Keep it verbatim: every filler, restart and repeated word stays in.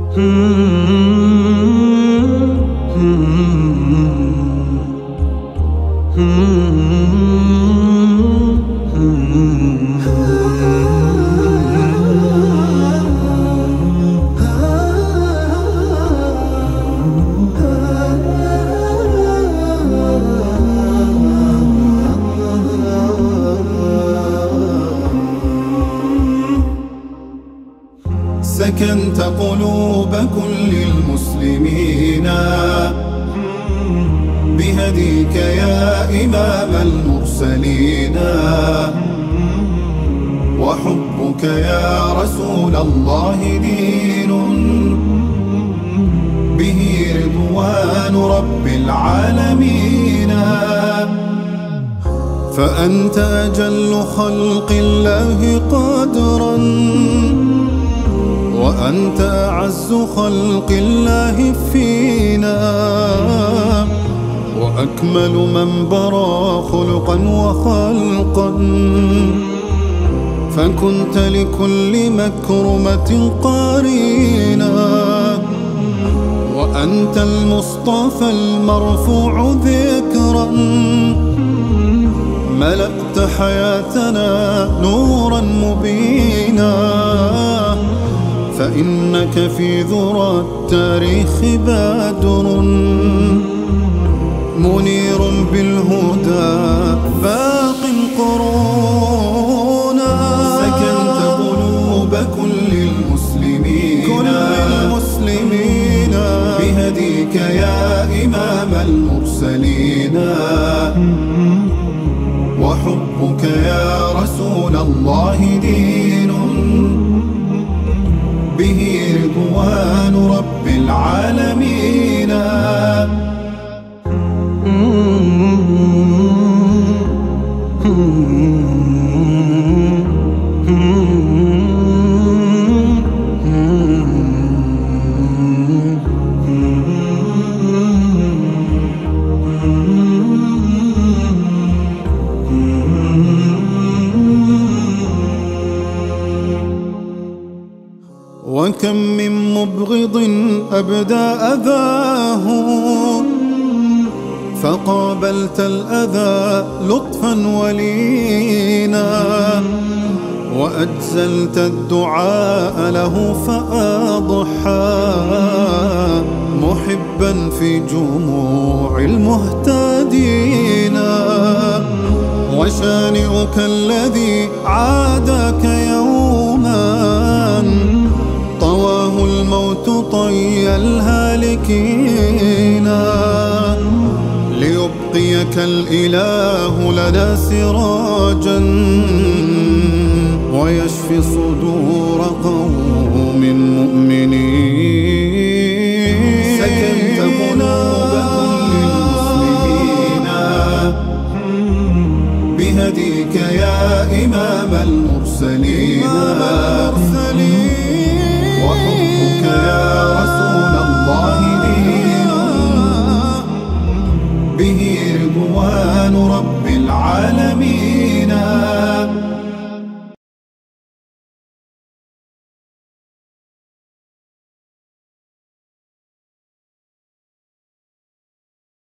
سكنت قلوب كل المسلمين بهديك يا إمام المرسلين، وحبك يا رسول الله دين به رضوان رب العالمين. فأنت أجل خلق الله قدرا، وأنت أعز خلق الله فينا، وأكمل من برى خلقا وخلقا. فكنت لكل مكرمة قرينا، وأنت المصطفى المرفوع ذكرا. ملأت حياتنا نورا مبينا، فإنك في ذرى التاريخ بدر منير بالهدى باق قرونا. سكنت قلوب كل المسلمين, كل المسلمين بهديك يا إمام المرسلين، وحبك يا رسول الله دين به رضوان رب العالمين. وكم من مبغض أبدى أذاه، فقابلت الأذى لطفا ولينا، وأجزلت الدعاء له فأضحى محبا في جموع المهتدين. وشانئك الذي عادك يوما طواه الموت طي الهالكين، ليبقيك الإله لنا سراجا ويشفي صدور قوم مؤمنين. سكنت قلوب كل المسلمين بهديك يا إمام المرسلين، وحبك يا رسول الله دين به رضوان رب العالمين.